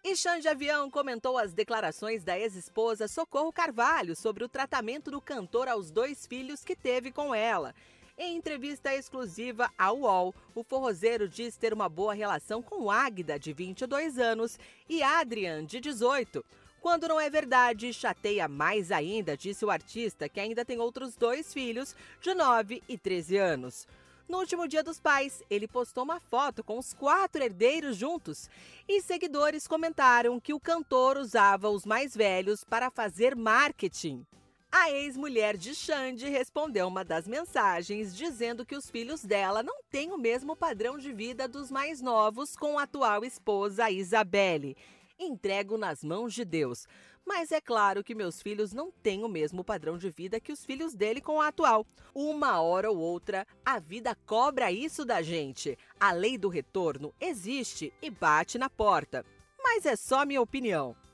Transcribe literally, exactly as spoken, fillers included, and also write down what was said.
E Xande Avião comentou as declarações da ex-esposa Socorro Carvalho sobre o tratamento do cantor aos dois filhos que teve com ela. Em entrevista exclusiva ao U O L, o forrozeiro diz ter uma boa relação com Águida, de vinte e dois anos, e Adrian, de dezoito. Quando não é verdade, chateia mais ainda, disse o artista, que ainda tem outros dois filhos, de nove e treze anos. No último Dia dos Pais, ele postou uma foto com os quatro herdeiros juntos e seguidores comentaram que o cantor usava os mais velhos para fazer marketing. A ex-mulher de Xande respondeu uma das mensagens dizendo que os filhos dela não têm o mesmo padrão de vida dos mais novos com a atual esposa Isabelle. Entrego nas mãos de Deus. Mas é claro que meus filhos não têm o mesmo padrão de vida que os filhos dele com a atual. Uma hora ou outra, a vida cobra isso da gente. A lei do retorno existe e bate na porta. Mas é só minha opinião.